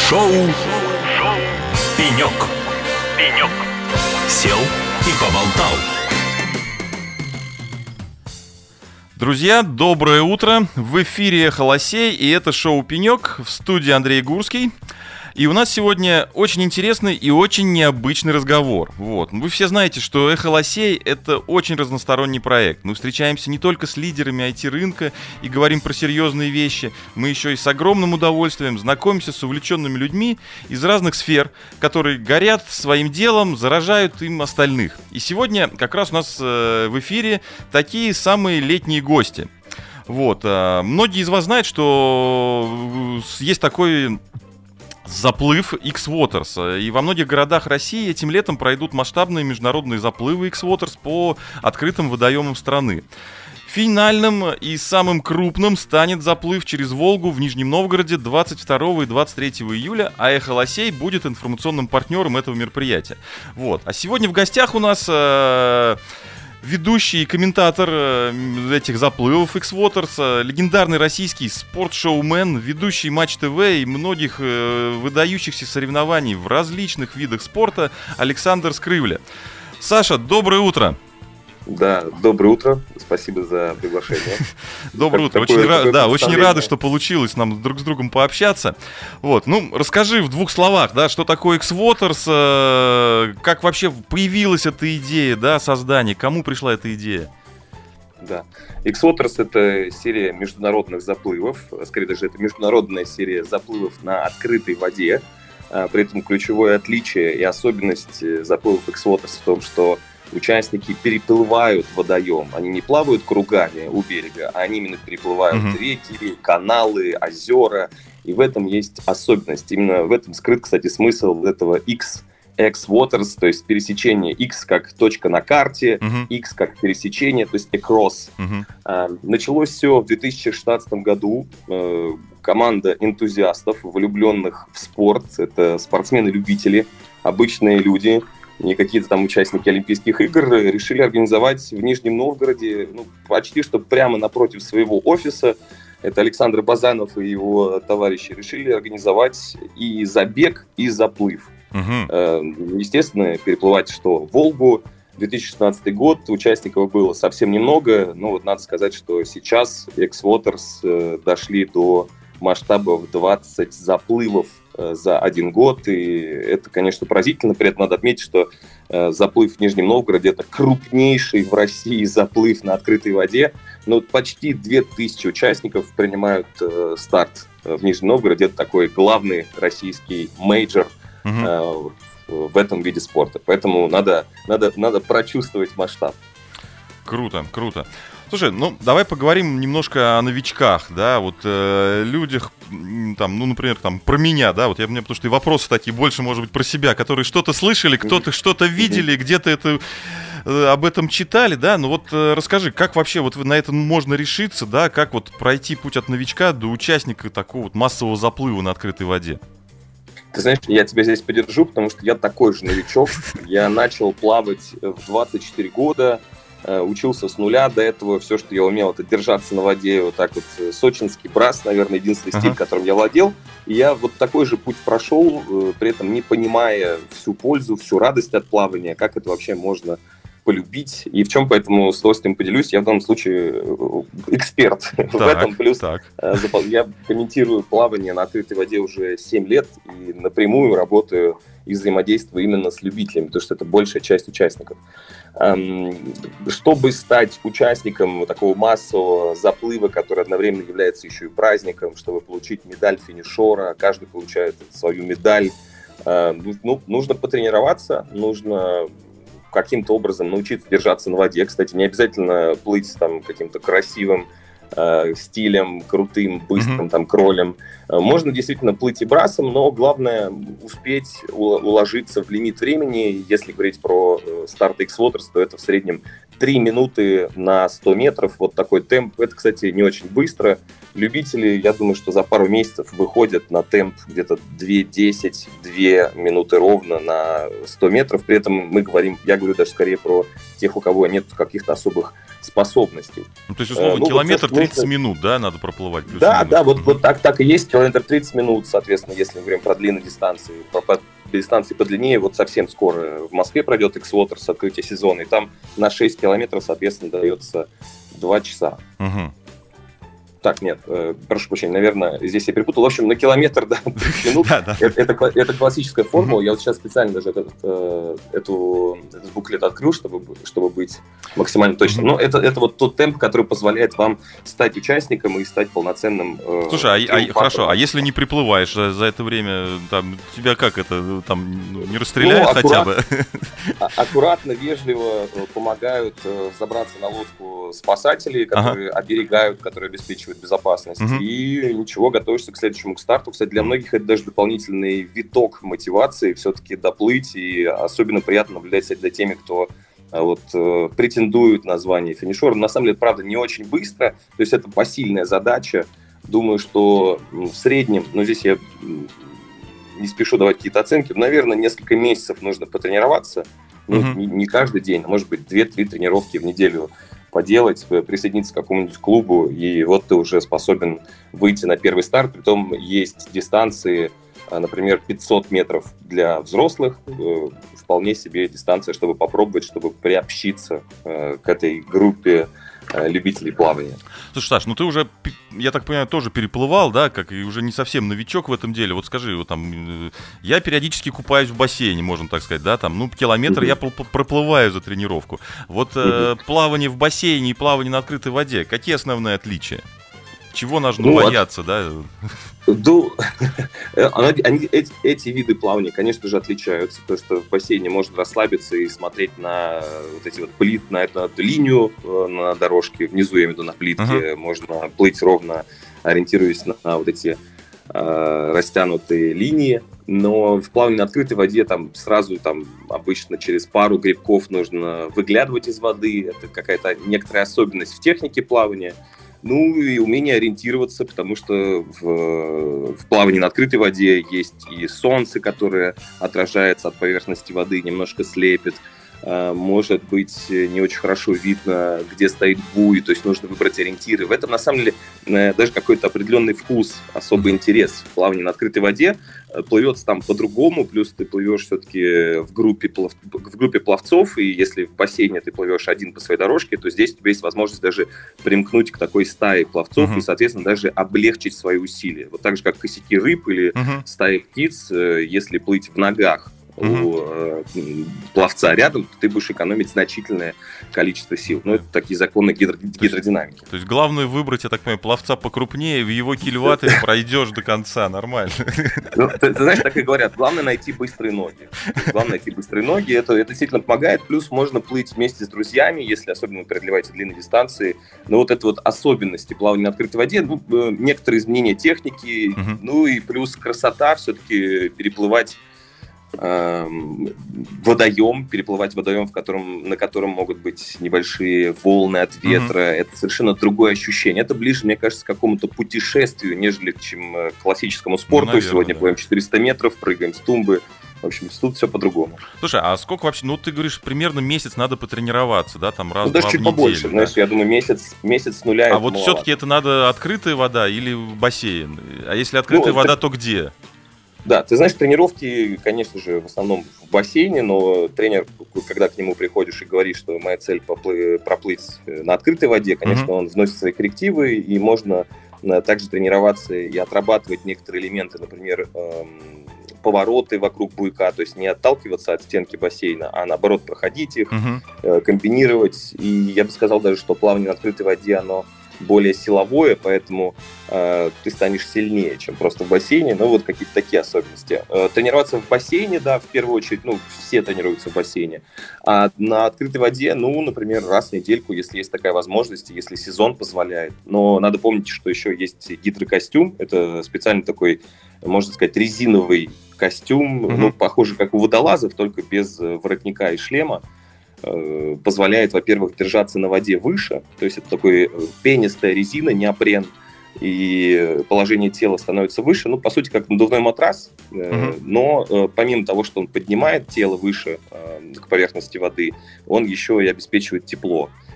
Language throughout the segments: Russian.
Шоу «Пенек». Сел и поболтал. Друзья, доброе утро! В эфире «Холосей», и это шоу «Пенек», в студии Андрей Гурский. И у нас сегодня очень интересный и очень необычный разговор. Вы все знаете, что «Холосей» — это очень разносторонний проект. Мы встречаемся не только с лидерами IT-рынка и говорим про серьезные вещи. Мы еще и с огромным удовольствием знакомимся с увлеченными людьми из разных сфер, которые горят своим делом, заражают им остальных. И сегодня как раз у нас в эфире такие самые летние гости. Многие из вас знают, что есть такой заплыв X-Waters. И во многих городах России этим летом пройдут масштабные международные заплывы X-Waters по открытым водоемам страны. Финальным и самым крупным станет заплыв через Волгу в Нижнем Новгороде 22 и 23 июля, а «Холосей» будет информационным партнером этого мероприятия. А сегодня в гостях у нас ведущий и комментатор этих заплывов X-Waters, легендарный российский спортшоумен, ведущий Матч ТВ и многих выдающихся соревнований в различных видах спорта Александр Скрывля. Саша, доброе утро! Да, доброе утро. Спасибо за приглашение. Доброе утро. Очень рады, что получилось нам друг с другом пообщаться. Расскажи в двух словах, что такое X-Waters, как вообще появилась эта идея, создания, кому пришла эта идея? Да. X-Waters — это серия международных заплывов, скорее даже это международная серия заплывов на открытой воде. При этом ключевое отличие и особенность заплывов X-Waters в том, что участники переплывают водоем. Они не плавают кругами у берега, а они именно переплывают реки, каналы, озера. И в этом есть особенность. Именно в этом скрыт, кстати, смысл этого X-Waters, то есть пересечение X как точка на карте, X как пересечение, то есть across. Началось все в 2016 году. Команда энтузиастов, влюбленных в спорт, это спортсмены-любители, обычные люди, не какие-то там участники Олимпийских игр, решили организовать в Нижнем Новгороде, почти что прямо напротив своего офиса. Это Александр Базанов и его товарищи решили организовать и забег, и заплыв. Естественно, переплывать Волгу. 2016 год, участников было совсем немного, но надо сказать, что сейчас X-Waters дошли до масштабов 20 заплывов за один год, и это, конечно, поразительно. При этом надо отметить, что заплыв в Нижнем Новгороде — это крупнейший в России заплыв на открытой воде. Но почти 2000 участников принимают старт в Нижнем Новгороде. Это такой главный российский мейджор в этом виде спорта. Поэтому надо прочувствовать масштаб. Круто. Слушай, давай поговорим немножко о новичках, людях, например, про меня, потому что и вопросы такие больше, может быть, про себя, которые что-то слышали, кто-то что-то видели, где-то об этом читали, расскажи, как вообще на это можно решиться, как пройти путь от новичка до участника такого массового заплыва на открытой воде? Ты знаешь, я тебя здесь поддержу, потому что я такой же новичок. Я начал плавать в 24 года, учился с нуля. До этого все, что я умел, это держаться на воде, сочинский брас, наверное, единственный стиль, которым я владел. И я такой же путь прошел, при этом не понимая всю пользу, всю радость от плавания, как это вообще можно полюбить, и в чем поэтому с удовольствием поделюсь. Я в данном случае эксперт в этом. Плюс я комментирую плавание на открытой воде уже 7 лет и напрямую работаю и взаимодействую именно с любителями, потому что это большая часть участников. Чтобы стать участником такого массового заплыва, который одновременно является еще и праздником, чтобы получить медаль финишера, каждый получает свою медаль, нужно потренироваться, нужно каким-то образом научиться держаться на воде. Кстати, не обязательно плыть каким-то красивым стилем, крутым, быстрым, кролем. Можно действительно плыть и брасом, но главное успеть уложиться в лимит времени. Если говорить про старт X-Waters, то это в среднем 3 минуты на 100 метров. Вот такой темп. Это, кстати, не очень быстро. Любители, я думаю, что за пару месяцев выходят на темп где-то 2:10, 2 минуты ровно на 100 метров. При этом я говорю даже скорее про тех, у кого нет каких-то особых способностей. То есть, условно, километр 30 минут, да, надо проплывать? Да, вот так и есть, километр 30 минут, соответственно, если мы говорим про длинные дистанции. По дистанции подлиннее, вот совсем скоро в Москве пройдет X-Water с открытия сезона, и там на 6 километров, соответственно, дается 2 часа. Угу. Так, нет, прошу прощения, наверное, здесь я перепутал. В общем, на километр, да, 30 минут. Это классическая формула. Я вот сейчас специально даже этот буклет открыл, чтобы быть максимально точным. Но это вот тот темп, который позволяет вам стать участником и стать полноценным. Слушай, хорошо, а если не приплываешь за это время, там, тебя как это, там, не расстреляют хотя бы? Аккуратно, вежливо помогают забраться на лодку спасатели, которые оберегают, которые обеспечивают безопасность. И ничего, готовишься к следующему старту. Кстати, для многих это даже дополнительный виток мотивации все-таки доплыть. И особенно приятно наблюдать за теми, кто претендует на звание финишера. На самом деле, правда, не очень быстро. То есть это посильная задача. Думаю, что в среднем, здесь я не спешу давать какие-то оценки, наверное, несколько месяцев нужно потренироваться. Не каждый день, а может быть 2-3 тренировки в неделю поделать, присоединиться к какому-нибудь клубу, и вот ты уже способен выйти на первый старт. Притом есть дистанции, например, 500 метров для взрослых, вполне себе дистанция, чтобы попробовать, чтобы приобщиться к этой группе любителей плавания. Слушай, Саш, ты уже, я так понимаю, тоже переплывал, да, как и уже не совсем новичок в этом деле. Вот скажи, я периодически купаюсь в бассейне, можно так сказать, да, километр я проплываю за тренировку. Плавание в бассейне и плавание на открытой воде, какие основные отличия? Чего нужно бояться, да? Эти виды плавания, конечно же, отличаются, потому что в бассейне можно расслабиться и смотреть на на эту линию на дорожке, внизу, я имею в виду, на плитке, можно плыть ровно, ориентируясь на эти растянутые линии, но в плавании на открытой воде сразу обычно через пару грибков нужно выглядывать из воды, это какая-то некоторая особенность в технике плавания. И умение ориентироваться, потому что в плавании на открытой воде есть и солнце, которое отражается от поверхности воды, немножко слепит. Может быть, не очень хорошо видно, где стоит буй, то есть нужно выбрать ориентиры. В этом, на самом деле, даже какой-то определенный вкус, особый интерес в плавании на открытой воде. Плывется там по-другому, плюс ты плывешь все-таки в группе пловцов, и если в бассейне ты плывешь один по своей дорожке, то здесь у тебя есть возможность даже примкнуть к такой стае пловцов и, соответственно, даже облегчить свои усилия. Вот так же, как косяки рыб или стаи птиц, если плыть в ногах у пловца рядом, то ты будешь экономить значительное количество сил. Это такие законы гидродинамики. То есть главное выбрать, я так понимаю, пловца покрупнее, в его кильваты пройдешь до конца, нормально. Ты знаешь, так и говорят, главное найти быстрые ноги. Это действительно помогает, плюс можно плыть вместе с друзьями, если особенно вы преодолеваете длинные дистанции. Но это особенности плавания на открытой воде, некоторые изменения техники, и плюс красота все-таки переплывать переплывать водоем, на котором могут быть небольшие волны от ветра. Это совершенно другое ощущение. Это ближе, мне кажется, к какому-то путешествию, нежели чем к классическому спорту. Наверное, сегодня плывем 400 метров, прыгаем с тумбы. В общем, тут все по-другому. Слушай, а сколько вообще, ты говоришь, примерно месяц надо потренироваться, да, раз-два даже чуть в неделю, побольше, да? знаешь, я думаю, месяц с нуля. А вот все-таки это надо открытая вода или бассейн? А если открытая вода, то где? Да, ты знаешь, тренировки, конечно же, в основном в бассейне, но тренер, когда к нему приходишь и говоришь, что моя цель проплыть на открытой воде, конечно, он вносит свои коррективы, и можно также тренироваться и отрабатывать некоторые элементы, например, повороты вокруг буйка, то есть не отталкиваться от стенки бассейна, а наоборот проходить их, комбинировать. И я бы сказал даже, что плавание на открытой воде, оно более силовое, поэтому ты станешь сильнее, чем просто в бассейне. Какие-то такие особенности. Тренироваться в бассейне, да, в первую очередь, все тренируются в бассейне. А на открытой воде, например, раз в недельку, если есть такая возможность, если сезон позволяет. Но надо помнить, что еще есть гидрокостюм. Это специальный такой, можно сказать, резиновый костюм, похожий как у водолазов, только без воротника и шлема. Позволяет, во-первых, держаться на воде выше, то есть это такой пенистая резина, неопрен, и положение тела становится выше, по сути, как надувной матрас, но помимо того, что он поднимает тело выше к поверхности воды, он еще и обеспечивает тепло.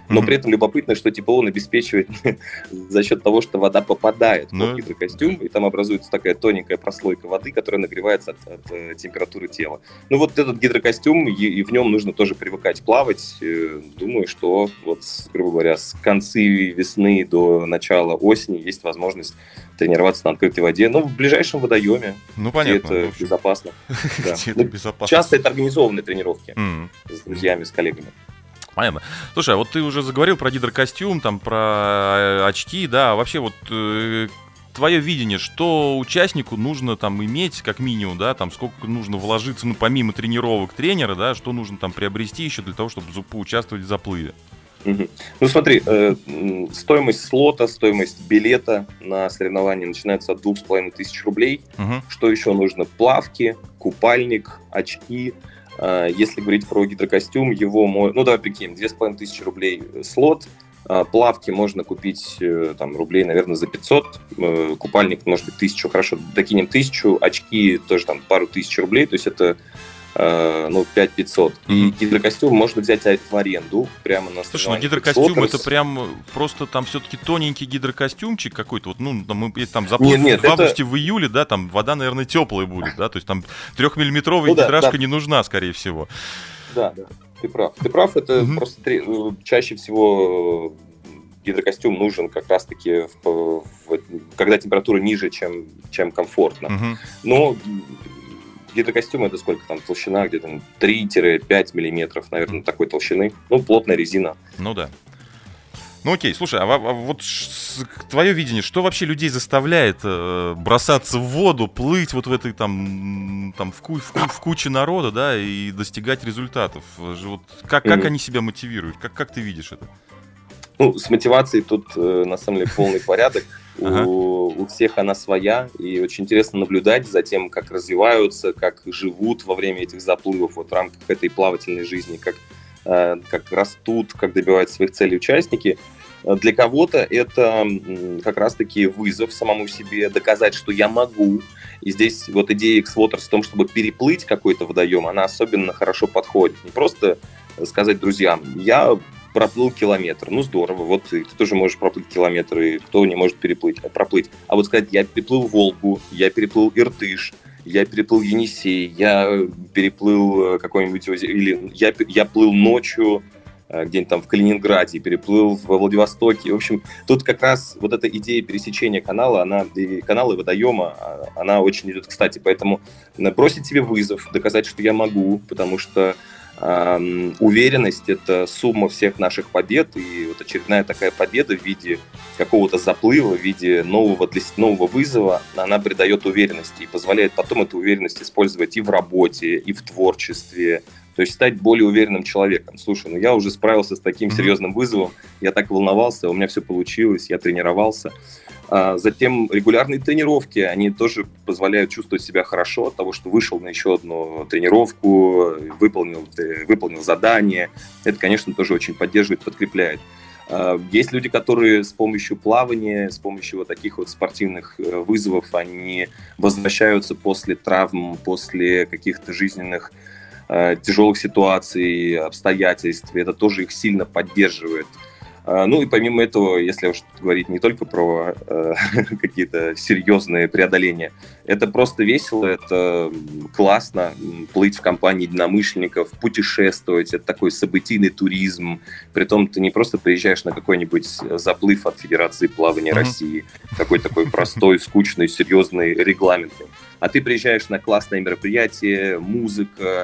Но при этом любопытно, что тепло он обеспечивает за счет того, что вода попадает в гидрокостюм, и там образуется такая тоненькая прослойка воды, которая нагревается от температуры тела. Ну вот этот гидрокостюм, и в нем нужно тоже привыкать плавать. Думаю, что вот, грубо говоря, с конца весны до начала осени есть возможность тренироваться на открытой воде, но в ближайшем водоеме, понятно, где это безопасно. Где это безопасно. Часто это организованные тренировки с друзьями, с коллегами. Понятно. Слушай, а вот ты уже заговорил про гидрокостюм, там, про очки, да, вообще вот твое видение, что участнику нужно там иметь как минимум, да, там сколько нужно вложиться, ну, помимо тренировок тренера, да, что нужно там приобрести еще для того, чтобы поучаствовать в заплыве? Ну смотри, стоимость слота, стоимость билета на соревнования начинается от 2500 рублей. Что еще нужно? Плавки, купальник, очки. Если говорить про гидрокостюм, его, давай прикинем, 2500 рублей слот, плавки можно купить там рублей, наверное, за 500, купальник, может быть, 1000, хорошо, докинем 1000, очки тоже там пару тысяч рублей, то есть это 5500. И гидрокостюм можно взять в аренду прямо на соревнованиях. Слушай, гидрокостюм это прям просто там все-таки тоненький гидрокостюмчик какой-то. Вот, мы там заплывем в августе, в июле, да, там вода, наверное, теплая будет, да, то есть там 3-миллиметровая гидрашка не нужна, скорее всего. Да, ты прав. Это просто чаще всего гидрокостюм нужен как раз-таки, когда температура ниже, чем комфортно. Но гидрокостюм — это сколько там толщина? Где-то 3-5 миллиметров, наверное, такой толщины. Плотная резина. Ну да. Ну окей, слушай, а вот твое видение, что вообще людей заставляет бросаться в воду, плыть вот в этой там в куче народа, да, и достигать результатов? Вот, как они себя мотивируют? Как ты видишь это? С мотивацией тут, на самом деле, полный порядок. У всех она своя, и очень интересно наблюдать за тем, как развиваются, как живут во время этих заплывов, вот в рамках этой плавательной жизни, как растут, как добиваются своих целей участники. Для кого-то это как раз-таки вызов самому себе, доказать, что я могу. И здесь вот идея X-Waters в том, чтобы переплыть какой-то водоем, она особенно хорошо подходит. Не просто сказать друзьям: я проплыл километр. Здорово, вот ты тоже можешь проплыть километр, и кто не может проплыть. А вот сказать: я переплыл Волгу, я переплыл Иртыш, я переплыл Енисей, я переплыл какой-нибудь, или я плыл ночью где-нибудь там в Калининграде, переплыл во Владивостоке. В общем, тут как раз вот эта идея пересечения канала, канала и водоема, она очень идет кстати. Поэтому бросить себе вызов, доказать, что я могу, потому что уверенность — это сумма всех наших побед, и вот очередная такая победа в виде какого-то заплыва, в виде нового вызова, она придает уверенности и позволяет потом эту уверенность использовать и в работе, и в творчестве, то есть стать более уверенным человеком. Слушай, я уже справился с таким серьезным вызовом, я так волновался, у меня все получилось, я тренировался. Затем регулярные тренировки, они тоже позволяют чувствовать себя хорошо от того, что вышел на еще одну тренировку, выполнил задание. Это, конечно, тоже очень поддерживает, подкрепляет. Есть люди, которые с помощью плавания, с помощью вот таких вот спортивных вызовов, они возвращаются после травм, после каких-то жизненных тяжелых ситуаций, обстоятельств. Это тоже их сильно поддерживает. И помимо этого, если уж говорить не только про какие-то серьезные преодоления, это просто весело, это классно плыть в компании единомышленников, путешествовать, это такой событийный туризм. Притом ты не просто приезжаешь на какой-нибудь заплыв от Федерации плавания России, какой-то такой простой, скучный, серьезный, регламентный, а ты приезжаешь на классное мероприятие, музыка,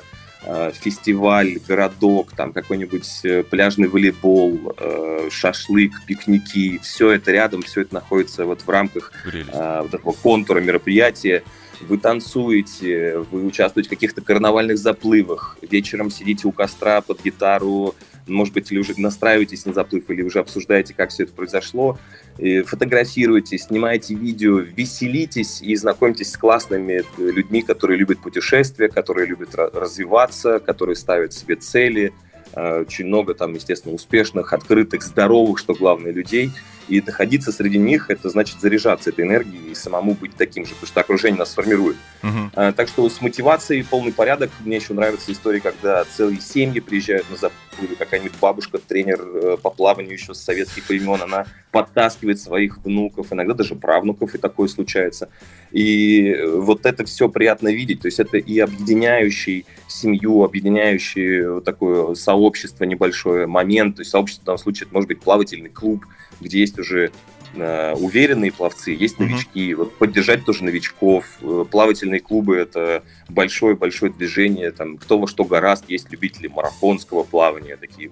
фестиваль, городок, там какой-нибудь пляжный волейбол, шашлык, пикники, все это рядом, все это находится вот в рамках вот этого контура мероприятия. Вы танцуете, вы участвуете в каких-то карнавальных заплывах, вечером сидите у костра под гитару, может быть, или уже настраиваетесь на заплыв, или уже обсуждаете, как все это произошло, и фотографируете, снимаете видео, веселитесь и знакомитесь с классными людьми, которые любят путешествия, которые любят развиваться, которые ставят себе цели. Очень много там, естественно, успешных, открытых, здоровых, что главное, людей. И находиться среди них — это значит заряжаться этой энергией и самому быть таким же, потому что окружение нас формирует. Так что с мотивацией полный порядок. Мне еще нравятся истории, когда целые семьи приезжают или какая-нибудь бабушка, тренер по плаванию еще с советских времен, она подтаскивает своих внуков, иногда даже правнуков, и такое случается. И вот это все приятно видеть, то есть это и объединяющий семью, объединяющий вот такое сообщество небольшое момент, то есть сообщество в данном случае это может быть плавательный клуб, где есть уже уверенные пловцы, есть новички. Вот поддержать тоже новичков. Плавательные клубы — это большое-большое движение. Там, кто во что гораст. Есть любители марафонского плавания, такие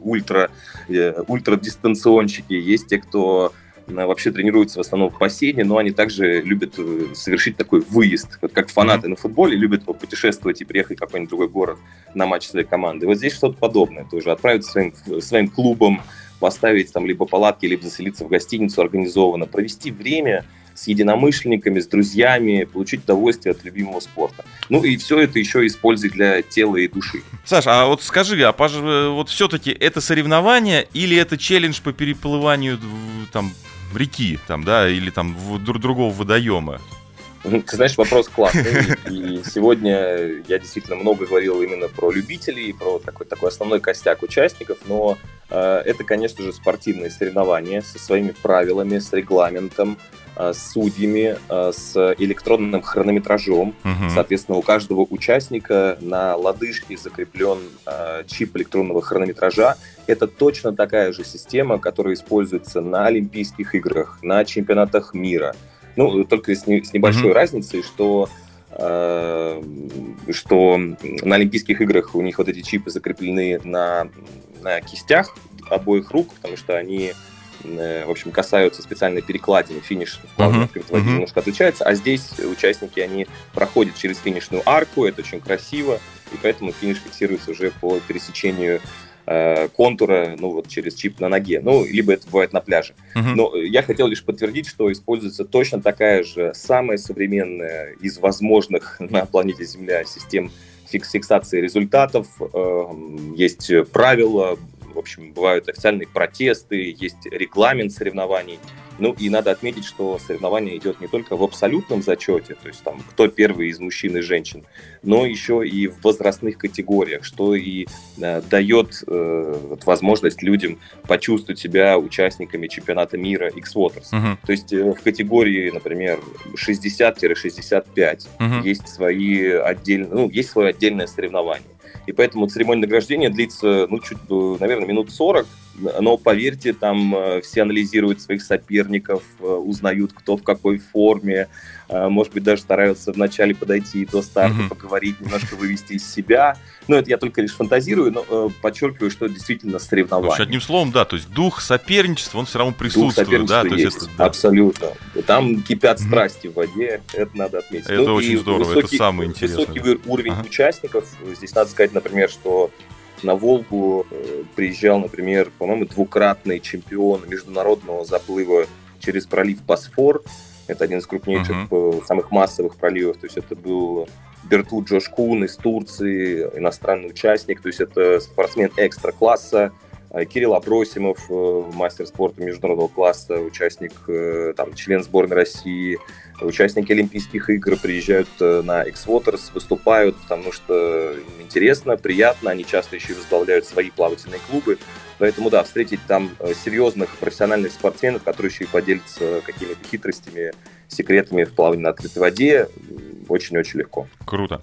ультрадистанционщики. Есть те, кто вообще тренируются в основном в бассейне, но они также любят совершить такой выезд. Вот как фанаты на футболе любят путешествовать и приехать в какой-нибудь другой город на матч своей команды. Вот здесь что-то подобное тоже. Отправиться своим клубом, поставить там либо палатки, либо заселиться в гостиницу организованно, провести время с единомышленниками, с друзьями, получить удовольствие от любимого спорта. Ну и все это еще использовать для тела и души. Саш, а вот скажи, вот все-таки это соревнование или это челлендж по переплыванию там реки, там, да, или там другого водоема? Ты знаешь, вопрос классный, и сегодня я действительно много говорил именно про любителей, про такой основной костяк участников, но это, конечно же, спортивные соревнования со своими правилами, с регламентом, с судьями, с электронным хронометражом. Соответственно, у каждого участника на лодыжке закреплен чип электронного хронометража. Это точно такая же система, которая используется на Олимпийских играх, на чемпионатах мира. Ну, только с небольшой разницей, что на Олимпийских играх у них вот эти чипы закреплены на кистях обоих рук, потому что они, в общем, касаются специальной перекладины. Финиш в плавной открытой воде немножко отличается, а здесь участники, они проходят через финишную арку, это очень красиво, и поэтому финиш фиксируется уже по пересечению контура, ну вот через чип на ноге, ну либо это бывает на пляже. Но я хотел лишь подтвердить, что используется точно такая же самая современная из возможных на планете Земля систем фиксации результатов. Есть правила, в общем, бывают официальные протесты, есть регламент соревнований. Ну и надо отметить, что соревнование идет не только в абсолютном зачете, то есть там кто первый из мужчин и женщин, но еще и в возрастных категориях, что и дает возможность людям почувствовать себя участниками чемпионата мира X-Waters. То есть в категории, например, 60-65 есть свое отдельное соревнование. И поэтому церемония награждения длится, наверное, минут 40, но, поверьте, там все анализируют своих соперников, узнают, кто в какой форме, может быть, даже стараются вначале подойти до старта, поговорить, немножко вывести из себя. Ну, это я только лишь фантазирую, но подчеркиваю, что это действительно соревнование. Слушай, одним словом, да, то есть дух соперничества, он все равно присутствует. Дух соперничества да, есть, есть, да. Абсолютно. Там кипят страсти в воде, это надо отметить. Это очень здорово, это самое интересное. Высокий уровень участников. Здесь надо сказать, например, что на Волгу приезжал, например, по-моему, двукратный чемпион международного заплыва через пролив Босфор. Это один из крупнейших, самых массовых проливов. То есть это был Берту Джошкун из Турции, иностранный участник. То есть это спортсмен экстра-класса. Кирилл Абросимов, мастер спорта международного класса, участник, член сборной России. Участники Олимпийских игр приезжают на X-Waters, выступают, потому что им интересно, приятно. Они часто еще и возглавляют свои плавательные клубы. Поэтому, да, встретить там серьезных профессиональных спортсменов, которые еще и поделятся какими-то хитростями, секретами в плавании на открытой воде, очень-очень легко. Круто.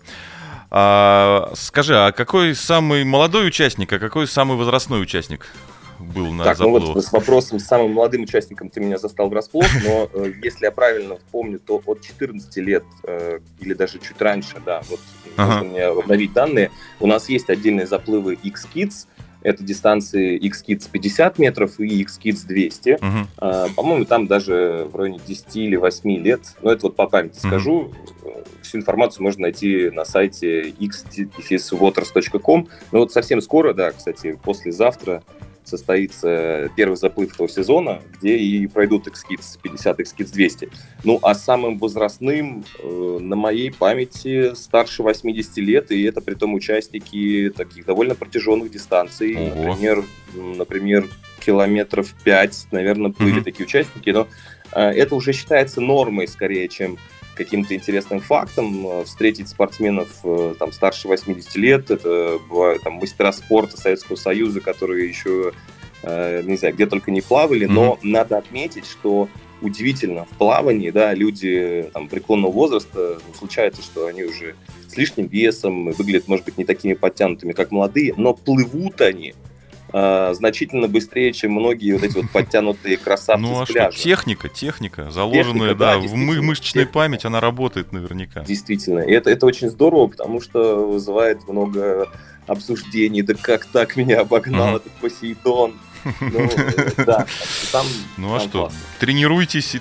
Скажи, а какой самый молодой участник, а какой самый возрастной участник был на заплывах? Ну вот с вопросом с самым молодым участником ты меня застал врасплох, но если я правильно помню, то от 14 лет или даже чуть раньше, да, вот нужно мне обновить данные, у нас есть отдельные заплывы X-Kids. Это дистанции X-Kids 50 метров и X-Kids 200. По-моему, там даже в районе 10 или 8 лет. Но это вот по памяти скажу. Всю информацию можно найти на сайте x-waters.com. Но вот совсем скоро, да, кстати, послезавтра состоится первый заплыв этого сезона, где и пройдут X-Kids 50, X-Kids 200. Ну, а самым возрастным на моей памяти старше 80 лет, и это притом участники таких довольно протяженных дистанций. Например, километров 5, наверное, плыли такие участники, но это уже считается нормой скорее, чем каким-то интересным фактам, встретить спортсменов там, старше 80 лет, это бывают там, мастера спорта Советского Союза, которые еще, не знаю, где только не плавали, но надо отметить, что удивительно, в плавании, да, люди там, преклонного возраста, случается, что они уже с лишним весом, выглядят, может быть, не такими подтянутыми, как молодые, но плывут они значительно быстрее, чем многие вот эти вот подтянутые красавцы с пляжа. Техника, заложенная, да, в мышечную память, она работает наверняка. Действительно, и это очень здорово, потому что вызывает много обсуждений, да как так меня обогнал этот Посейдон. Ну, да, там что, классно. Тренируйтесь.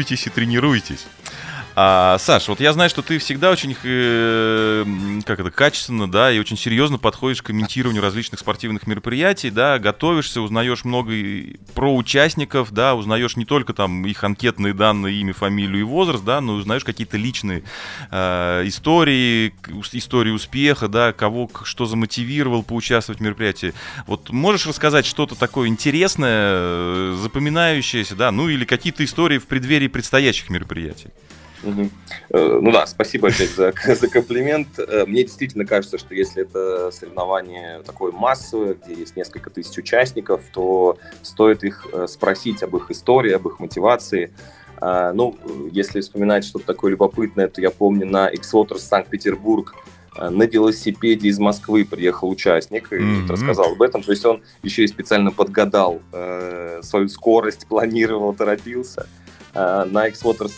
Саш, вот я знаю, что ты всегда очень качественно, да, и очень серьезно подходишь к комментированию различных спортивных мероприятий, да, готовишься, узнаешь много про участников, да, узнаешь не только там их анкетные данные, имя, фамилию и возраст, да, но узнаешь какие-то личные истории успеха, да, кого что замотивировал поучаствовать в мероприятии. Вот можешь рассказать что-то такое интересное, запоминающееся, да, ну или какие-то истории в преддверии предстоящих мероприятий? Ну да, спасибо опять за комплимент. Мне действительно кажется, что если это соревнование такое массовое, где есть несколько тысяч участников, то стоит их спросить об их истории, об их мотивации. Ну, если вспоминать что-то такое любопытное, то я помню на X-Waters Санкт-Петербург на велосипеде из Москвы приехал участник и рассказал об этом. То есть он еще и специально подгадал свою скорость, планировал, торопился. На X-Waters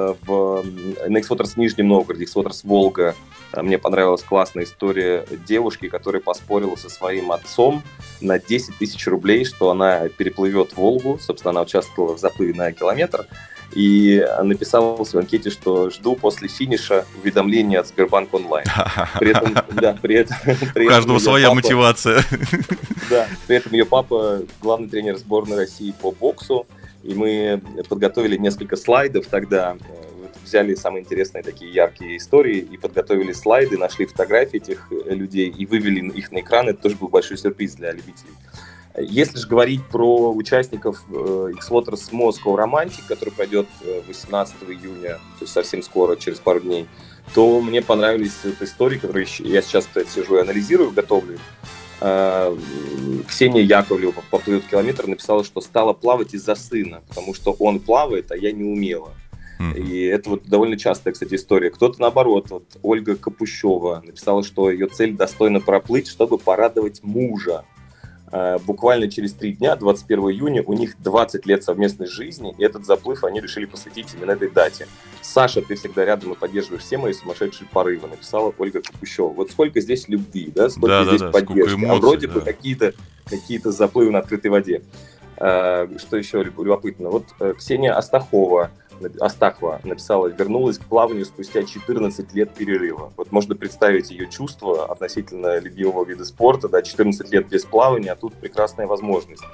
в Нижнем Новгороде, X-Waters Волга, мне понравилась классная история девушки, которая поспорила со своим отцом на 10 тысяч рублей, что она переплывет Волгу. Собственно, она участвовала в заплыве на километр. И написала в своей анкете, что жду после финиша уведомления от Сбербанк онлайн. При этом у каждого своя мотивация. Да, при этом ее папа главный тренер сборной России по боксу. И мы подготовили несколько слайдов тогда, взяли самые интересные такие яркие истории и подготовили слайды, нашли фотографии этих людей и вывели их на экран. Это тоже был большой сюрприз для любителей. Если же говорить про участников X-Waters Moscow Romantic, который пройдет 18 июня, то есть совсем скоро, через пару дней, то мне понравились истории, которые я сейчас, кстати, сижу и анализирую, готовлю. Ксения Яковлева по плывет километр написала, что стала плавать из-за сына, потому что он плавает, а я не умела. И это вот довольно частая, кстати, история. Кто-то наоборот, вот Ольга Капущева написала, что ее цель достойно проплыть, чтобы порадовать мужа. Буквально через 3 дня, 21 июня, у них 20 лет совместной жизни, и этот заплыв они решили посвятить именно этой дате. «Саша, ты всегда рядом и поддерживаешь все мои сумасшедшие порывы», написала Ольга Капущева. Вот сколько здесь любви, да, сколько здесь поддержки. Эмоций, вроде бы какие-то заплывы на открытой воде. Что еще любопытно? Вот Ксения Астахова написала, вернулась к плаванию спустя 14 лет перерыва. Вот можно представить ее чувства относительно любимого вида спорта, да, 14 лет без плавания, а тут прекрасная возможность.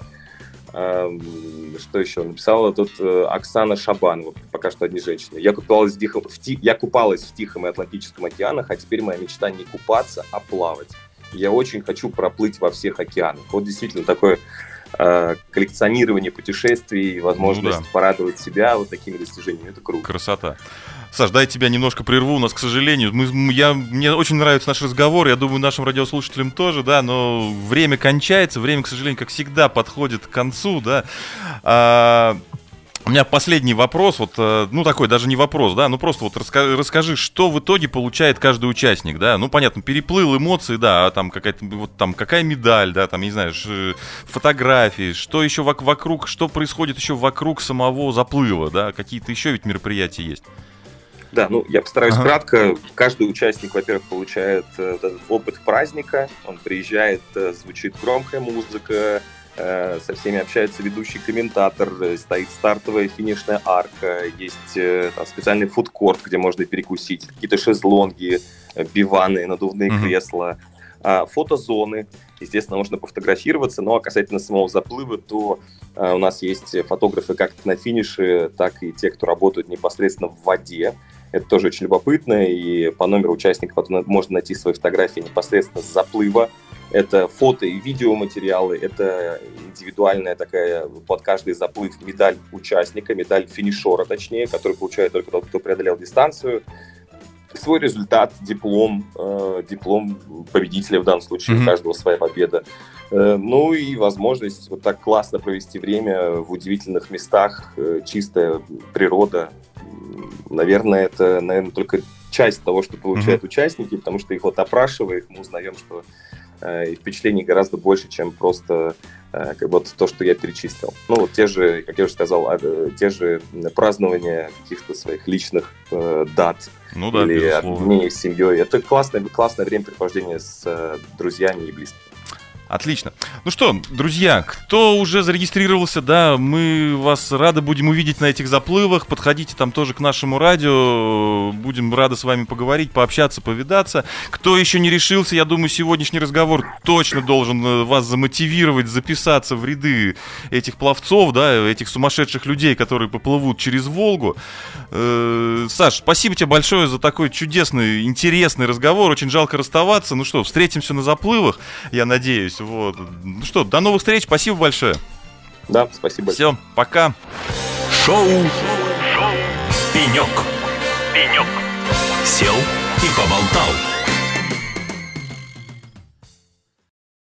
Что еще? Написала тут Оксана Шабанова, пока что одни женщины. Я купалась в Тихом и Атлантическом океанах, а теперь моя мечта не купаться, а плавать. Я очень хочу проплыть во всех океанах. Вот действительно такое коллекционирование путешествий, возможность порадовать себя вот такими достижениями. Это круто. Красота. Саш, дай тебя немножко прерву. У нас, к сожалению, мне очень нравится наш разговор, я думаю, нашим радиослушателям тоже, да, но время кончается, время, к сожалению, как всегда, подходит к концу, да. У меня последний вопрос, вот, ну такой даже не вопрос, да, ну просто вот расскажи, что в итоге получает каждый участник, да, ну понятно, переплыл эмоции, да, а там какая-то, вот там какая медаль, да, там, не знаю, фотографии, что еще вокруг, что происходит еще вокруг самого заплыва, да, какие-то еще ведь мероприятия есть. Да, ну я постараюсь кратко. Каждый участник, во-первых, получает этот опыт праздника, он приезжает, звучит громкая музыка, со всеми общается ведущий комментатор, стоит стартовая финишная арка, есть там специальный фудкорт, где можно перекусить, какие-то шезлонги, биваны, надувные кресла, фотозоны. Естественно, можно пофотографироваться, но касательно самого заплыва, то у нас есть фотографы как на финише, так и те, кто работают непосредственно в воде. Это тоже очень любопытно, и по номеру участника потом можно найти свои фотографии непосредственно с заплыва. Это фото и видеоматериалы, это индивидуальная такая под каждый заплыв медаль участника, медаль финишера, точнее, который получает только тот, кто преодолел дистанцию. Свой результат, диплом победителя в данном случае, у каждого своя победа. Ну и возможность вот так классно провести время в удивительных местах, чистая природа. Наверное, это, только часть того, что получают участники, потому что их вот опрашивая, мы узнаем, что и впечатлений гораздо больше, чем просто вот то, что я перечислил. Ну, вот те же, как я уже сказал, те же празднования каких-то своих личных дат, ну, да, или безусловно, объединения с семьей. Это классное времяпрепровождения с друзьями и близкими. Отлично. Ну что, друзья, кто уже зарегистрировался, да, мы вас рады будем увидеть на этих заплывах. Подходите там тоже к нашему радио. Будем рады с вами поговорить, пообщаться, повидаться. Кто еще не решился, я думаю, сегодняшний разговор точно должен вас замотивировать записаться в ряды этих пловцов, да, этих сумасшедших людей, которые поплывут через Волгу. Саш, спасибо тебе большое за такой чудесный, интересный разговор. Очень жалко расставаться. Ну что, встретимся на заплывах, я надеюсь. Вот. Ну что, до новых встреч, спасибо большое. Да, спасибо. Все, пока. Шоу «Пенек». Сел и поболтал.